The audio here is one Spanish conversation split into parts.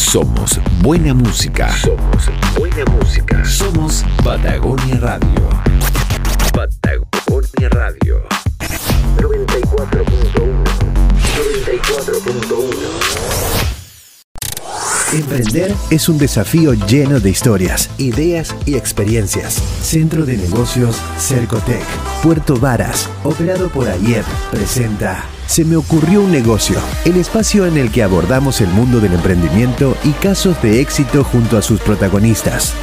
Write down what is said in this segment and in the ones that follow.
Somos buena música. Somos buena música. Somos Patagonia Radio. Patagonia Radio. 94.1. 94.1. Emprender es un desafío lleno de historias, ideas y experiencias. Centro de Negocios Cercotec, Puerto Varas, operado por AIEP, presenta Se me ocurrió un negocio, el espacio en el que abordamos el mundo del emprendimiento y casos de éxito junto a sus protagonistas.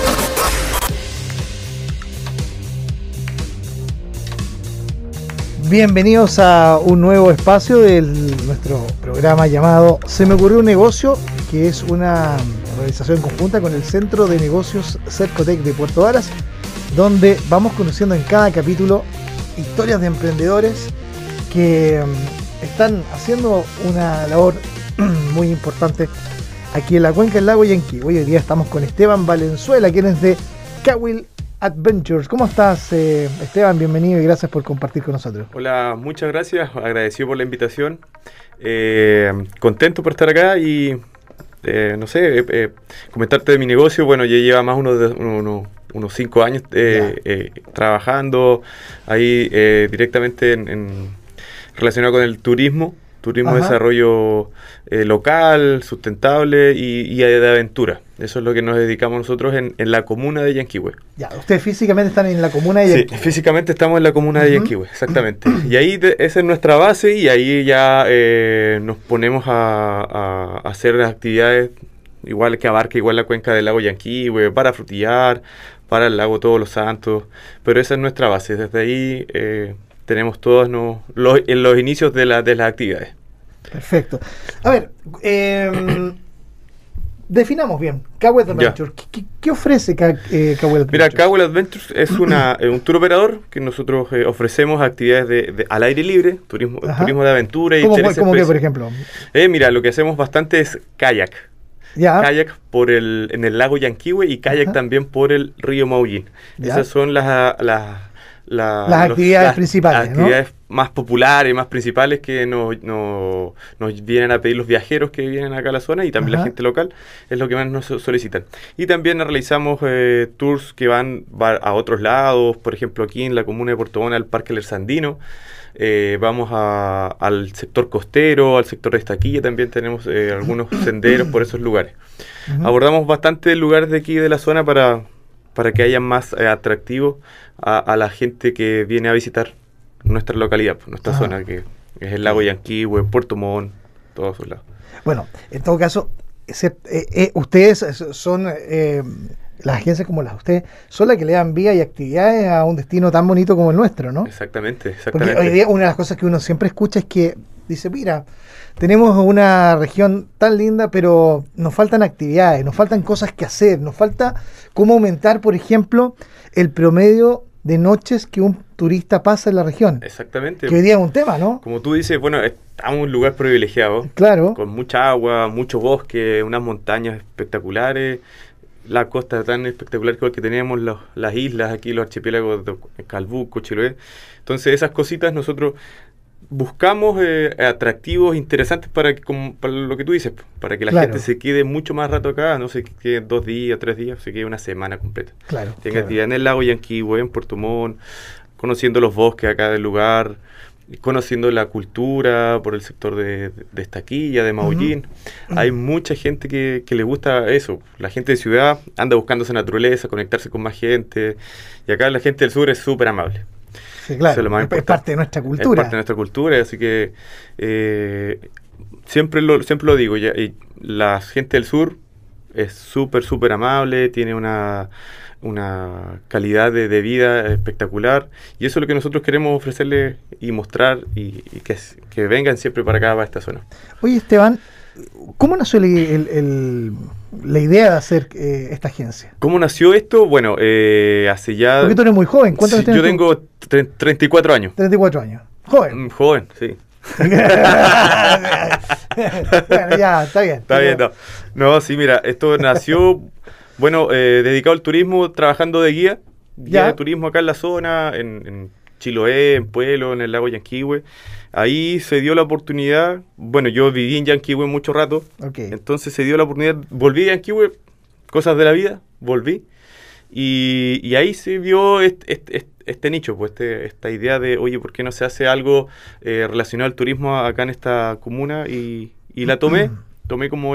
Bienvenidos a un nuevo espacio de nuestro programa llamado Se me ocurrió un negocio, que es una organización conjunta con el Centro de Negocios Cercotec de Puerto Varas, donde vamos conociendo en cada capítulo historias de emprendedores que están haciendo una labor muy importante aquí en la cuenca del lago Yanquihue. Hoy día estamos con Esteban Valenzuela, quien es de Kawil Adventures. ¿Cómo estás, Esteban? Bienvenido y gracias por compartir con nosotros. Hola, muchas gracias, agradecido por la invitación, contento por estar acá y comentarte de mi negocio. Bueno, ya lleva más unos 5 años trabajando ahí directamente relacionado con el turismo, desarrollo local, sustentable y de aventura. Eso es lo que nos dedicamos nosotros en la comuna de Yanquihue. Ya, ustedes físicamente están en la comuna de Yanquihue. Sí, físicamente estamos en la comuna de Yanquihue, exactamente. Y ahí esa es nuestra base y ahí ya nos ponemos a hacer las actividades igual que abarca igual la cuenca del lago Yanquihue, para frutillar, para el lago Todos los Santos, pero esa es nuestra base. Desde ahí tenemos todos en los inicios de las actividades. Perfecto. A ver, definamos bien Kawil Adventures. ¿Qué ofrece Kawil Adventures? Mira, Kawil Adventures es un tour operador que nosotros ofrecemos actividades al aire libre, turismo de aventura. ¿Cómo que, por ejemplo? Mira, lo que hacemos bastante es kayak. Ya. Kayak en el lago Yanquihue y kayak también por el río Maullín. Esas son las actividades principales, las actividades más populares, más principales que nos vienen a pedir los viajeros que vienen acá a la zona y también la gente local, es lo que más nos solicitan. Y también realizamos tours que van a otros lados, por ejemplo aquí en la comuna de Puerto Montt, al Parque El Sandino. Vamos al sector costero, al sector de Estaquilla, también tenemos algunos senderos por esos lugares. Abordamos bastantes lugares de aquí de la zona para que haya más atractivo a la gente que viene a visitar nuestra localidad, nuestra zona, que es el lago Yanquihue, Puerto Montt, todos esos lados. Bueno, en todo caso, ustedes son... las agencias como las de ustedes son las que le dan vía y actividades a un destino tan bonito como el nuestro, ¿no? Exactamente. Porque hoy día una de las cosas que uno siempre escucha es que dice, mira, tenemos una región tan linda, pero nos faltan actividades, nos faltan cosas que hacer, nos falta cómo aumentar, por ejemplo, el promedio de noches que un turista pasa en la región. Exactamente. Que hoy día es un tema, ¿no? Como tú dices, bueno, estamos en un lugar privilegiado. Claro. Con mucha agua, mucho bosque, unas montañas espectaculares. La costa tan espectacular que tenemos, las islas aquí, los archipiélagos de Calbuco, Chiloé. Entonces esas cositas nosotros buscamos atractivos, interesantes para lo que tú dices, para que la gente se quede mucho más rato acá, no se quede 2 días, 3 días, se quede una semana completa. Tenga actividad en el lago Yanquihue, en Puerto Montt, conociendo los bosques acá del lugar, conociendo la cultura por el sector de Estaquilla, de Maullín. Hay mucha gente que le gusta eso. La gente de ciudad anda buscando esa naturaleza, conectarse con más gente. Y acá la gente del sur es súper amable. Sí, claro. Es parte de nuestra cultura. Es parte de nuestra cultura, así que siempre lo digo. La gente del sur es súper amable, tiene una calidad de vida espectacular, y eso es lo que nosotros queremos ofrecerle y mostrar, y que vengan siempre para acá, para esta zona. Oye, Esteban, ¿cómo nació la idea de hacer esta agencia? ¿Cómo nació esto? Bueno, hace ya... Porque tú eres muy joven. ¿Cuántos años tienes? Yo tengo 34 años. 34 años. Joven. Joven, sí. Bueno, ya, está bien. Está bien, no, sí, mira, esto nació... Bueno, dedicado al turismo, trabajando de guía de turismo acá en la zona, en Chiloé, en Pueblo, en el lago Yanquihue. ahí se dio la oportunidad, bueno, yo viví en Yanquihue mucho rato, entonces se dio la oportunidad, volví a Yanquihue, cosas de la vida, volví, y ahí se vio este nicho, pues esta idea de, oye, ¿por qué no se hace algo relacionado al turismo acá en esta comuna? Y la tomé como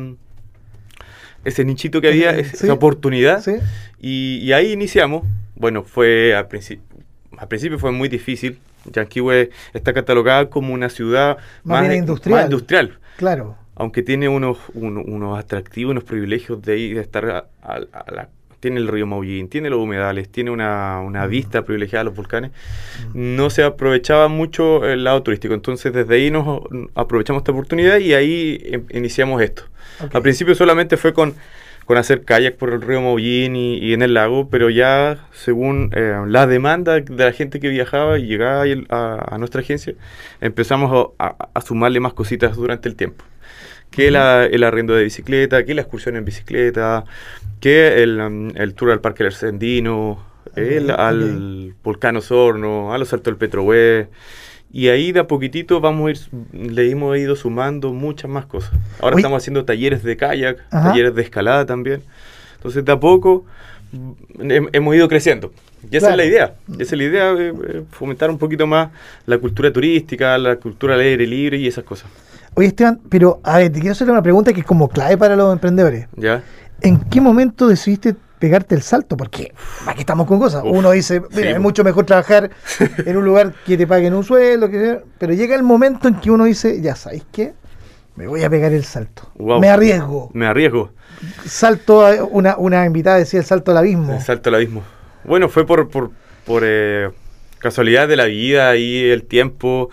ese nichito que había, esa oportunidad, y ahí iniciamos. Bueno, al principio fue muy difícil. Yanquihue está catalogada como una ciudad más industrial. Claro. Aunque tiene unos atractivos, unos privilegios de ir, de estar tiene el río Maullín, tiene los humedales, tiene una vista privilegiada a los volcanes. No se aprovechaba mucho el lado turístico. Entonces desde ahí nos aprovechamos esta oportunidad y ahí iniciamos esto. Al principio solamente fue con hacer kayak por el río Maullín y en el lago, pero ya según la demanda de la gente que viajaba y llegaba a nuestra agencia, empezamos a sumarle más cositas durante el tiempo. Que el arriendo de bicicleta, que la excursión en bicicleta, que el tour al Parque del Arcendino, al Volcán Osorno, a los Saltos del Petrohue. Y ahí de a poquitito le hemos ido sumando muchas más cosas. Ahora estamos haciendo talleres de kayak, talleres de escalada también. Entonces de a poco hemos ido creciendo. Y esa es la idea. Esa es la idea, fomentar un poquito más la cultura turística, la cultura al aire libre y esas cosas. Oye, Esteban, pero a ver, te quiero hacer una pregunta que es como clave para los emprendedores. ¿Ya? ¿En qué momento decidiste pegarte el salto? Porque aquí estamos con cosas. Uno dice, mira, es mucho mejor trabajar en un lugar que te paguen un sueldo, pero llega el momento en que uno dice, ya sabéis qué, me voy a pegar el salto. Wow. Me arriesgo. Salto, una invitada decía el salto al abismo. El salto al abismo. Bueno, fue por casualidad de la vida y el tiempo.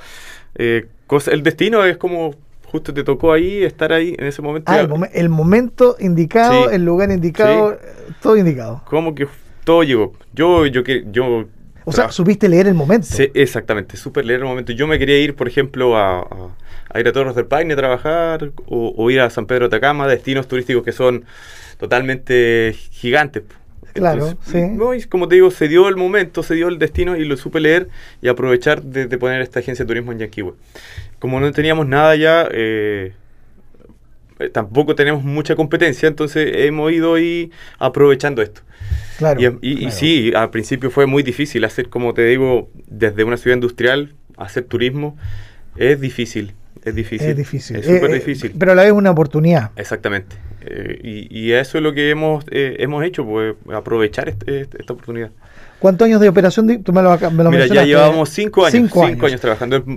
El destino es como... Justo te tocó ahí, estar ahí en ese momento. El momento indicado, el lugar indicado, todo indicado. Como que todo llegó. Yo o sea, supiste leer el momento. Sí, exactamente, supe leer el momento. Yo me quería ir, por ejemplo, a ir a Torres del Paine a trabajar, o ir a San Pedro de Atacama, destinos turísticos que son totalmente gigantes. Claro, entonces, como te digo, se dio el momento, se dio el destino y lo supe leer y aprovechar de poner esta agencia de turismo en Yanquihue. Como no teníamos nada ya, tampoco tenemos mucha competencia, entonces hemos ido ahí aprovechando esto. Claro, y sí, al principio fue muy difícil hacer, como te digo, desde una ciudad industrial, hacer turismo, es difícil. Es súper difícil. Pero a la vez una oportunidad. Exactamente. Y eso es lo que hemos hecho, pues aprovechar esta oportunidad. ¿Cuántos años de operación? Tú me lo Mira, ya llevábamos 5 años. 5 años trabajando. En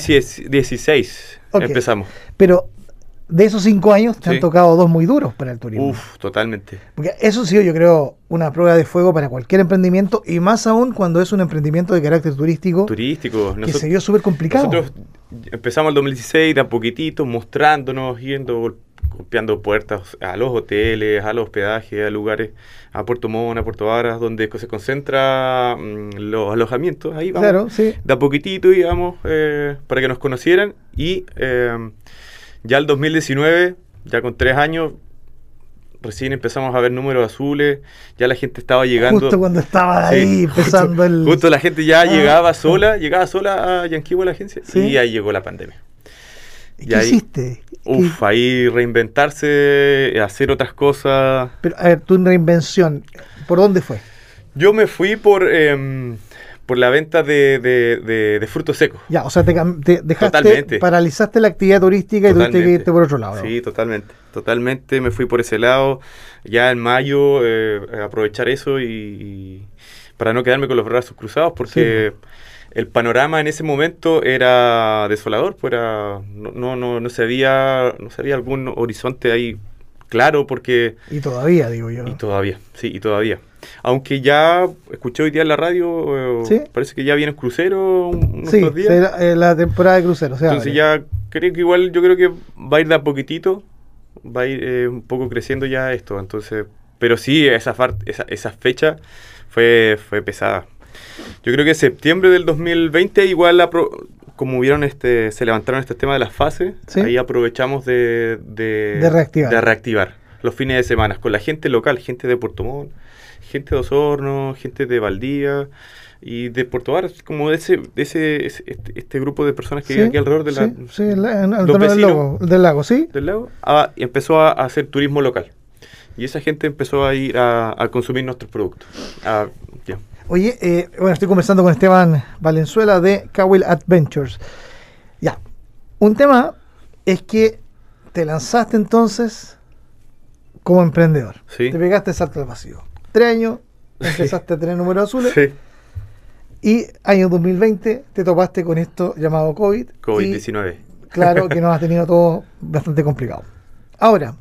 2016 empezamos. Pero de esos 5 años te han tocado 2 muy duros para el turismo. Totalmente. Porque eso sí, yo creo, una prueba de fuego para cualquier emprendimiento, y más aún cuando es un emprendimiento de carácter turístico. Que se vio súper complicado. Nosotros empezamos el 2016 de a poquitito, mostrándonos, yendo, golpeando puertas a los hoteles, a los hospedajes, a lugares, a Puerto Montt, a Puerto Varas, donde se concentra los alojamientos. Ahí vamos, claro, sí. De a poquitito íbamos para que nos conocieran, y ya el 2019, ya con 3 años, recién empezamos a ver números azules, ya la gente estaba llegando. Justo cuando estaba ahí empezando justo la gente ya llegaba sola a Yanquihue, a la agencia, y ahí llegó la pandemia. ¿Qué hiciste? Ahí reinventarse, hacer otras cosas. Pero, a ver, tu reinvención, ¿por dónde fue? Yo me fui por la venta de frutos secos. Ya, o sea, te dejaste, paralizaste la actividad turística y tuviste que irte por otro lado. Sí, totalmente me fui por ese lado. Ya en mayo, aprovechar eso y para no quedarme con los brazos cruzados, porque el panorama en ese momento era desolador, pues no se veía algún horizonte ahí claro, porque... Y todavía, digo yo. Y todavía. Aunque ya escuché hoy día en la radio, parece que ya viene el crucero unos 2 días. Sí, la temporada de crucero. Entonces ya creo que igual, yo creo que va a ir de a poquitito, va a ir un poco creciendo ya esto. Entonces, pero sí, esa fecha fue pesada. Yo creo que septiembre del 2020 igual, como hubieron se levantaron este tema de las fases, ahí aprovechamos de reactivar los fines de semana con la gente local, gente de Puerto Montt, gente de Osorno, gente de Valdía, y de Puerto Varas, como de este grupo de personas que viven aquí alrededor de los vecinos del lago, ¿sí? Del lago, y empezó a hacer turismo local. Y esa gente empezó a ir a consumir nuestros productos. Ya. Oye, bueno, estoy conversando con Esteban Valenzuela de Cowell Adventures. Ya, un tema es que te lanzaste entonces como emprendedor. Sí. Te pegaste el salto al vacío. 3 años, empezaste a tener números azules. Sí. Y año 2020 te topaste con esto llamado COVID. COVID-19. Claro que nos ha tenido todo bastante complicado. Ahora,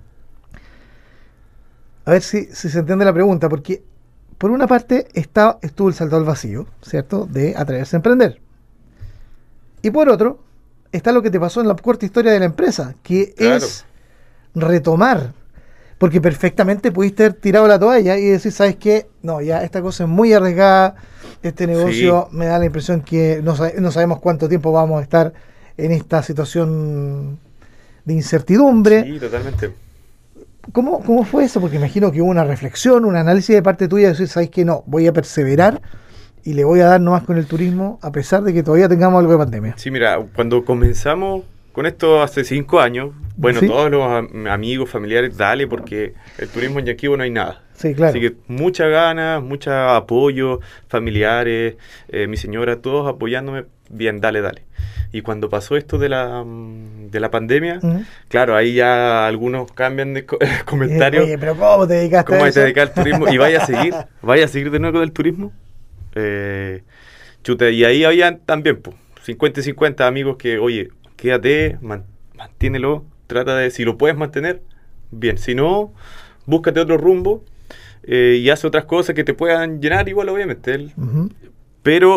a ver si se entiende la pregunta, porque por una parte estuvo el salto al vacío, ¿cierto? De atreverse a emprender. Y por otro, está lo que te pasó en la corta historia de la empresa, que Claro. es retomar. Porque perfectamente pudiste haber tirado la toalla y decir, ¿sabes qué? No, ya esta cosa es muy arriesgada, este negocio me da la impresión que no sabemos cuánto tiempo vamos a estar en esta situación de incertidumbre. Sí, totalmente. ¿Cómo fue eso? Porque imagino que hubo una reflexión, un análisis de parte tuya de decir, ¿sabes qué? No, voy a perseverar y le voy a dar nomás con el turismo a pesar de que todavía tengamos algo de pandemia. Sí, mira, cuando comenzamos con esto hace 5 años, bueno, ¿Sí? todos los amigos, familiares, dale, porque el turismo en Yanquibo no hay nada. Sí, claro. Así que muchas ganas, mucho apoyo, familiares, mi señora, todos apoyándome, bien, dale, dale. Y cuando pasó esto de la pandemia, claro, ahí ya algunos cambian de comentarios. Oye, pero ¿cómo te dedicaste ¿Cómo a eso? te dedicas al turismo? ¿Y vaya a seguir de nuevo con el turismo? Chuta, y ahí habían también, pues, 50 y 50 amigos que, oye, quédate, manténelo, trata de, si lo puedes mantener, bien, si no, búscate otro rumbo y haz otras cosas que te puedan llenar igual, obviamente. Pero,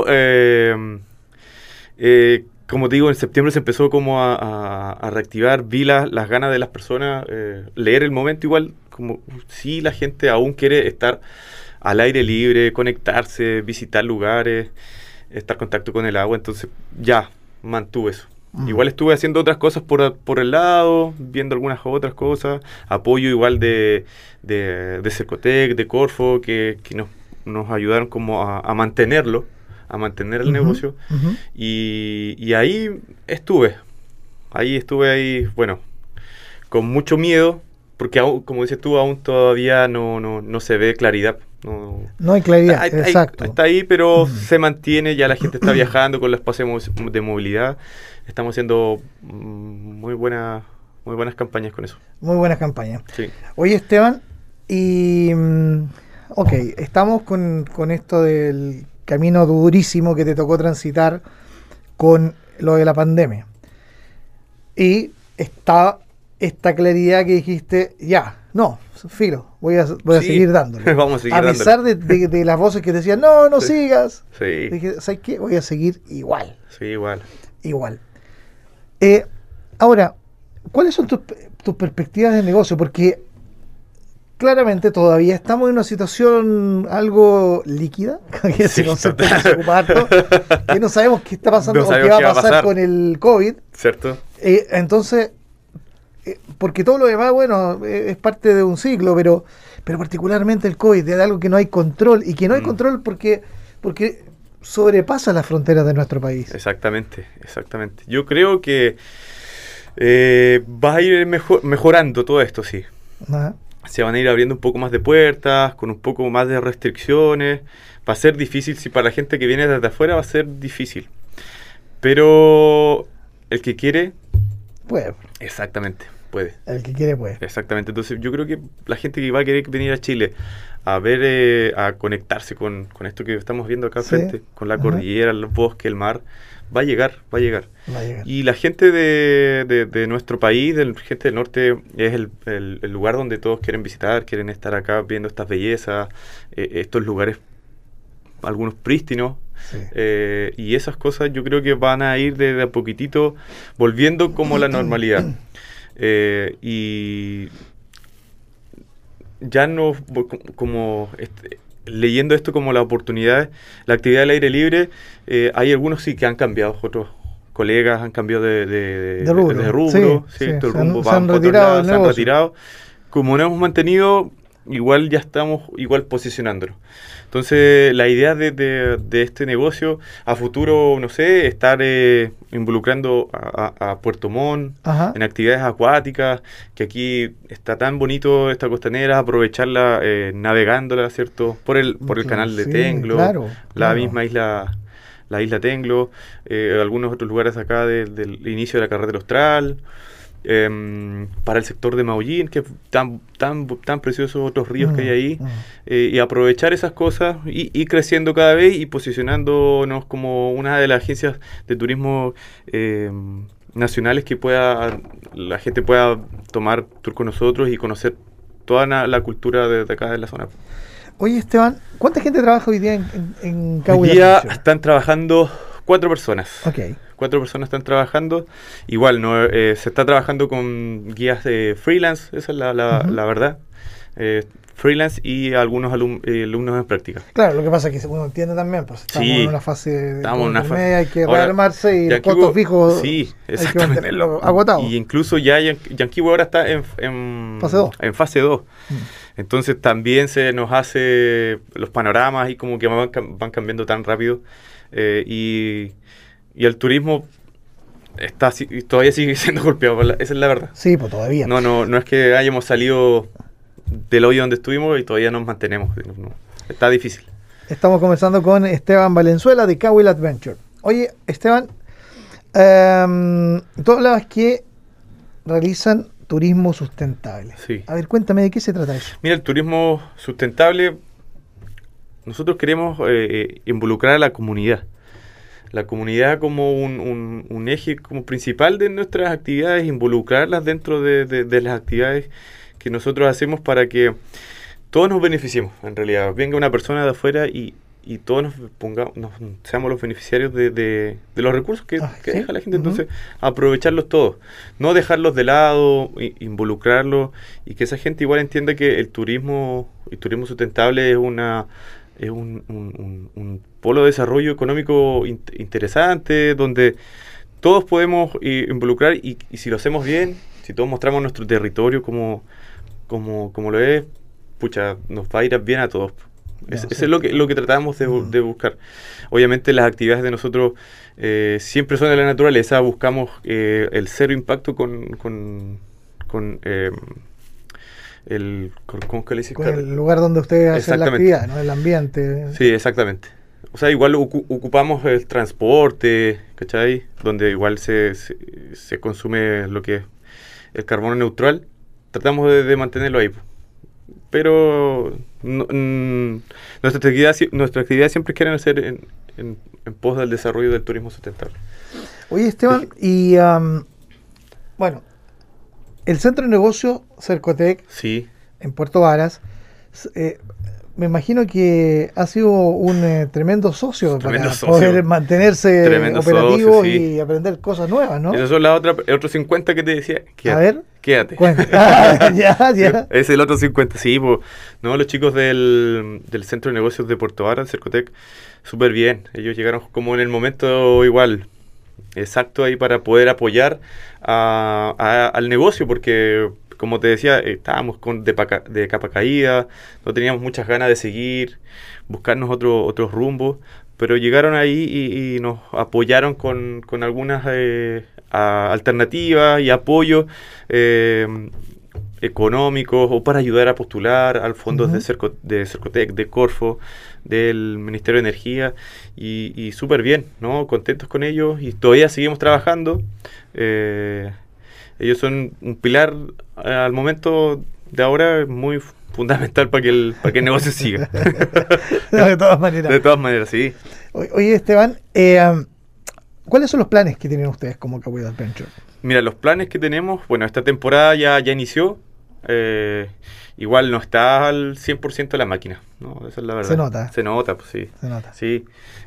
como te digo, en septiembre se empezó como a reactivar, vi las ganas de las personas, leer el momento igual, como si la gente aún quiere estar al aire libre, conectarse, visitar lugares, estar en contacto con el agua, entonces ya, mantuve eso. Igual estuve haciendo otras cosas por el lado, viendo algunas otras cosas, apoyo igual de Cercotec, de Corfo, que nos ayudaron como a mantenerlo, a mantener el negocio, y ahí estuve, bueno, con mucho miedo, porque aún, como dices tú, aún todavía no se ve claridad. No hay claridad, exacto. Está ahí, pero se mantiene, ya la gente está viajando con los espacios de movilidad. Estamos haciendo muy buenas campañas con eso. Muy buenas campañas. Sí. Oye, Esteban, y ok, estamos con esto del camino durísimo que te tocó transitar con lo de la pandemia. Y está esta claridad que dijiste, ya, no, filo, voy a seguir dándole. Vamos a seguir dándole. A pesar de las voces que decían, no sigas. Sí. Dije, ¿sabes qué? Voy a seguir igual. Sí, igual. Ahora, ¿cuáles son tus perspectivas de negocio? Porque claramente todavía estamos en una situación algo líquida, que ese concepto que se ocupa harto, que no sabemos qué está pasando o qué va a pasar con el COVID. ¿Cierto? Entonces, porque todo lo demás, bueno, es parte de un ciclo, pero particularmente el COVID, de algo que no hay control, y que no hay control porque sobrepasa las fronteras de nuestro país. Exactamente. Yo creo que va a ir mejorando todo esto, sí. Ajá. Se van a ir abriendo un poco más de puertas, con un poco más de restricciones. Va a ser difícil, si para la gente que viene desde afuera va a ser difícil. Pero el que quiere... Puede. Exactamente, puede. El que quiere puede. Exactamente. Entonces yo creo que la gente que va a querer venir a Chile a ver, a conectarse con esto que estamos viendo acá al frente, con la cordillera, los bosques, el mar, va a llegar. Y la gente de nuestro país, gente del norte, es el lugar donde todos quieren visitar, quieren estar acá viendo estas bellezas, estos lugares, algunos prístinos. Sí. Y esas cosas yo creo que van a ir de a poquitito volviendo como a la normalidad. Y ya no, como leyendo esto como las oportunidades, la actividad del aire libre, hay algunos sí que han cambiado, otros colegas han cambiado de rubro, Sí, el rumbo se han retirado del negocio. Como nos hemos mantenido, igual ya estamos igual posicionándonos. Entonces, la idea de este negocio a futuro, no sé, estar involucrando a Puerto Montt Ajá. en actividades acuáticas, que aquí está tan bonito esta costanera, aprovecharla navegándola, ¿cierto? Por el canal de Sí, Tenglo, claro, la claro. misma isla, la isla Tenglo, algunos otros lugares acá del inicio de la carretera austral. Para el sector de Maullín, que es tan preciosos otros ríos que hay ahí, y aprovechar esas cosas y creciendo cada vez y posicionándonos como una de las agencias de turismo nacionales que la gente pueda tomar tour con nosotros y conocer toda la cultura de acá de la zona. Oye, Esteban, ¿cuánta gente trabaja hoy día en Cabo Hoy y día Ascensión? están trabajando 4 personas. Ok. 4 personas están trabajando. Igual, no se está trabajando con guías de freelance, esa es la verdad. Freelance y algunos alumnos en práctica. Claro, lo que pasa es que uno entiende también, pues estamos Sí, en una fase estamos en una intermedia, hay que ahora, rearmarse y los Yanquiwe, costos fijos sí, hay que exactamente. mantenerlos agotados. Y incluso ya Yanquiwe ahora está en Fase 2. En fase 2. Entonces también se nos hace los panoramas y como que van cambiando tan rápido. Y el turismo todavía sigue siendo golpeado, esa es la verdad. Sí, pues todavía. No es que hayamos salido del hoyo donde estuvimos y todavía nos mantenemos. No, está difícil. Estamos conversando con Esteban Valenzuela de Cabo Adventure. Oye, Esteban, tú hablabas que realizan turismo sustentable. Sí. A ver, cuéntame de qué se trata eso. Mira, el turismo sustentable, nosotros queremos involucrar a la comunidad. La comunidad como un eje como principal de nuestras actividades, involucrarlas dentro de las actividades que nosotros hacemos para que todos nos beneficiemos, en realidad. Venga una persona de afuera y todos seamos los beneficiarios de los recursos que ¿sí? deja la gente. Entonces, aprovecharlos todos. No dejarlos de lado, involucrarlos y que esa gente igual entienda que el turismo sustentable es un polo de desarrollo económico interesante, donde todos podemos involucrar y si lo hacemos bien, si todos mostramos nuestro territorio como lo es, pucha, nos va a ir bien a todos. Eso es lo que tratamos de buscar. Obviamente las actividades de nosotros siempre son de la naturaleza, buscamos el cero impacto con ¿cómo que le dices? Con el lugar donde ustedes hacen la actividad, ¿no? El ambiente. Sí, exactamente. O sea, igual ocupamos el transporte, ¿cachai? Donde igual se consume lo que es el carbono neutral. Tratamos de mantenerlo ahí. Pero nuestra actividad siempre quieren hacer en pos del desarrollo del turismo sustentable. Oye, Esteban, y bueno, el centro de negocio Cercotec Sí. en Puerto Varas, me imagino que ha sido un tremendo socio para poder mantenerse operativo socio, sí. y aprender cosas nuevas, ¿no? Esos son el otro 50 que te decía. A ver. Quédate. Ya. Es el otro 50, sí. No, los chicos del Centro de Negocios de Puerto Varas, Cercotec, súper bien. Ellos llegaron como en el momento igual, exacto ahí para poder apoyar al negocio, porque como te decía, estábamos de capa caída, no teníamos muchas ganas de seguir, buscarnos otros rumbos, pero llegaron ahí y nos apoyaron con algunas alternativas y apoyos económicos o para ayudar a postular al fondos de Cercotec, de Corfo, del Ministerio de Energía y súper bien, ¿no? Contentos con ellos y todavía seguimos trabajando. Ellos son un pilar al momento de ahora muy fundamental para que el negocio siga. No, de todas maneras. De todas maneras, sí. Oye, Esteban, ¿cuáles son los planes que tienen ustedes como Cabo Adventure? Mira, los planes que tenemos, bueno, esta temporada ya inició. Igual no está al 100% la máquina, ¿no? Esa es la verdad. Se nota, pues sí. Se nota. Sí.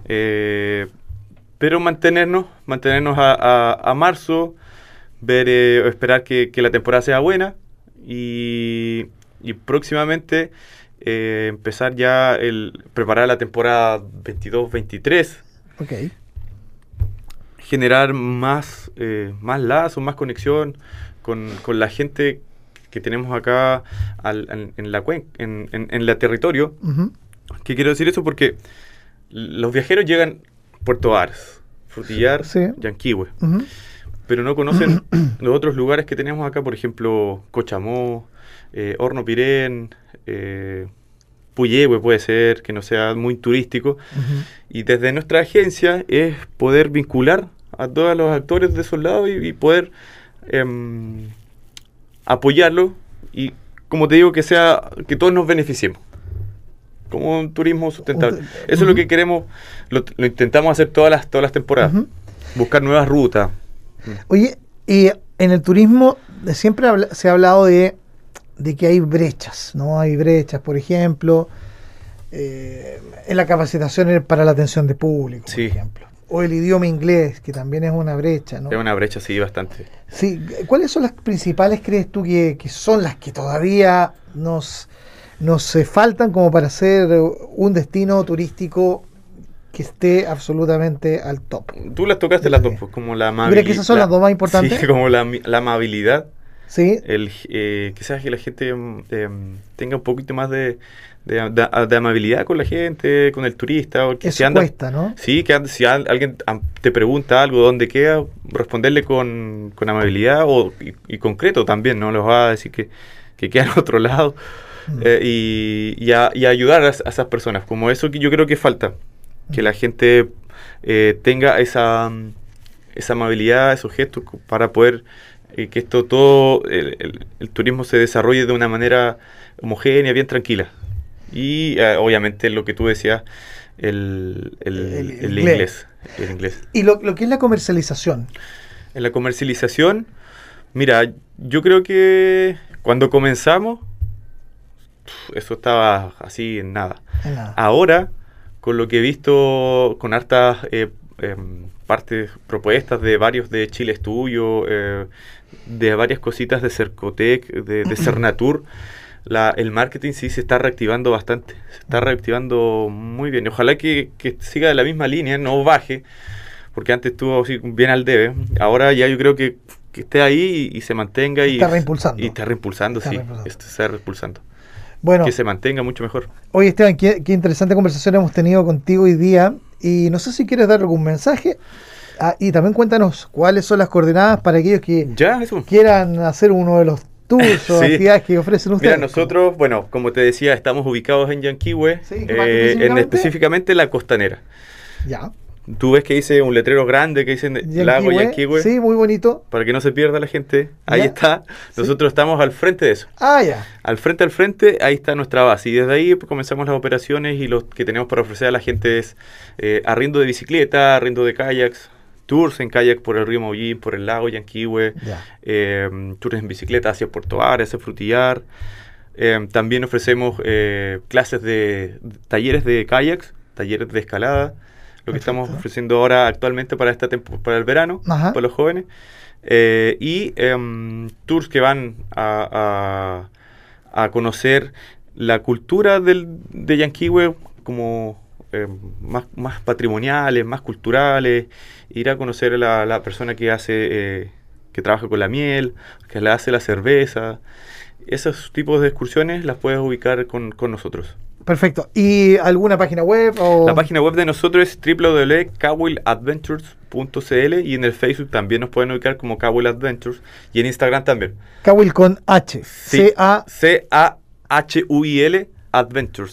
Pero mantenernos a marzo, esperar que la temporada sea buena y próximamente empezar ya preparar la temporada 22-23. Ok. Generar más lazos, más conexión con la gente que tenemos acá en la cuenca, en la territorio. ¿Qué quiero decir eso? Porque los viajeros llegan a Puerto Varas, Frutillar, Yanquihue, pero no conocen los otros lugares que tenemos acá, por ejemplo, Cochamó, Horno Pirén, Puyehue puede ser, que no sea muy turístico. Y desde nuestra agencia es poder vincular a todos los actores de esos lados y poder apoyarlo y, como te digo, que todos nos beneficiemos. Como un turismo sustentable. Eso es lo que queremos, lo intentamos hacer todas las temporadas. Buscar nuevas rutas. Oye, y en el turismo siempre se ha hablado de que hay brechas, ¿no? Hay brechas, por ejemplo, en la capacitación para la atención de público, por ejemplo. O el idioma inglés, que también es una brecha, ¿no? Es una brecha, sí, bastante. Sí. ¿Cuáles son las principales, crees tú, que son las que todavía nos faltan como para ser un destino turístico que esté absolutamente al top? Tú las tocaste las dos, pues, como la amabilidad. ¿Crees que esas son las dos más importantes? Sí, como la amabilidad. Sí. Quizás que la gente tenga un poquito más de amabilidad con la gente, con el turista. Porque eso cuesta, ¿no? Sí, que si alguien te pregunta algo, dónde queda, responderle con amabilidad y concreto también, no les va a decir que queda en otro lado. Y ayudar a esas personas, como eso que yo creo que falta, que la gente tenga esa amabilidad, esos gestos para poder que todo el turismo se desarrolle de una manera homogénea, bien tranquila. Y obviamente lo que tú decías, el inglés. El inglés. ¿Y lo que es la comercialización? En la comercialización, mira, yo creo que cuando comenzamos, eso estaba así en nada. Ahora, con lo que he visto, con hartas partes, propuestas de varios de Chile es Tuyo, de varias cositas de Cercotec, de Cernatur, el marketing sí se está reactivando bastante. Se está reactivando muy bien. Ojalá que siga de la misma línea, no baje, porque antes estuvo así bien al debe. Ahora ya yo creo que esté ahí y se mantenga. Está reimpulsando. Y está reimpulsando, sí. Está reimpulsando. Bueno, que se mantenga mucho mejor. Oye, Esteban, qué interesante conversación hemos tenido contigo hoy día. Y no sé si quieres dar algún mensaje. Y también cuéntanos cuáles son las coordenadas para aquellos que quieran hacer uno de los tours o actividades que ofrecen ustedes. Mira, nosotros, bueno, como te decía, estamos ubicados en Yanquihue, específicamente la Costanera. Ya. Tú ves que dice un letrero grande que dice Lago Yanquihue. Sí, muy bonito. Para que no se pierda la gente. Ahí está. Nosotros estamos al frente de eso. Ya. Al frente, ahí está nuestra base. Y desde ahí comenzamos las operaciones y lo que tenemos para ofrecer a la gente es arriendo de bicicleta, arriendo de kayaks, tours en kayak por el río Maullín, por el lago Yanquihue, tours en bicicleta hacia Puerto Varas, hacia Frutillar. También ofrecemos clases talleres de kayaks, talleres de escalada. Lo que estamos ofreciendo ahora actualmente para para el verano, para los jóvenes, y tours que van a conocer la cultura de Yanquihue como más patrimoniales, más culturales, ir a conocer a la persona que trabaja con la miel, que le hace la cerveza. Esos tipos de excursiones las puedes ubicar con nosotros. Perfecto. ¿Y alguna página web? La página web de nosotros es www.cawiladventures.cl y en el Facebook también nos pueden ubicar como Cawill Adventures y en Instagram también. Cawill con H. Sí, C-A-H-U-I-L Adventures.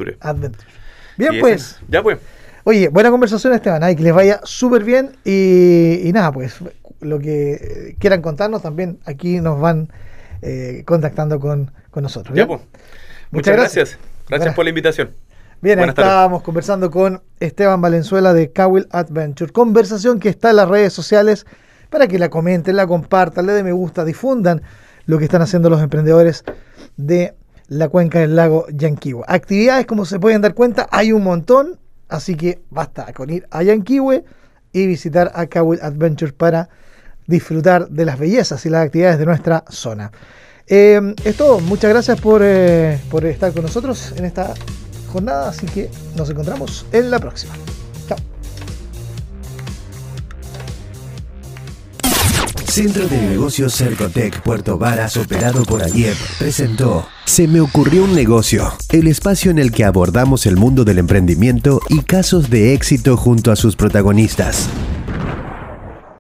Bien, pues. Ya pues. Oye, buena conversación, Esteban. Que les vaya súper bien y nada, pues lo que quieran contarnos también aquí nos van contactando con nosotros. ¿Bien? Ya pues. Muchas gracias. Gracias por la invitación. Bien, estábamos conversando con Esteban Valenzuela de Cawill Adventure. Conversación que está en las redes sociales para que la comenten, la compartan, le den me gusta, difundan lo que están haciendo los emprendedores de la cuenca del lago Yanquihue. Actividades, como se pueden dar cuenta, hay un montón, así que basta con ir a Yanquihue y visitar a Cawill Adventure para disfrutar de las bellezas y las actividades de nuestra zona. Es todo. Muchas gracias por estar con nosotros en esta jornada, así que nos encontramos en la próxima. Chao. Centro de Negocios Cercotec Puerto Varas, operado por AIEP, presentó Se me ocurrió un negocio, el espacio en el que abordamos el mundo del emprendimiento y casos de éxito junto a sus protagonistas.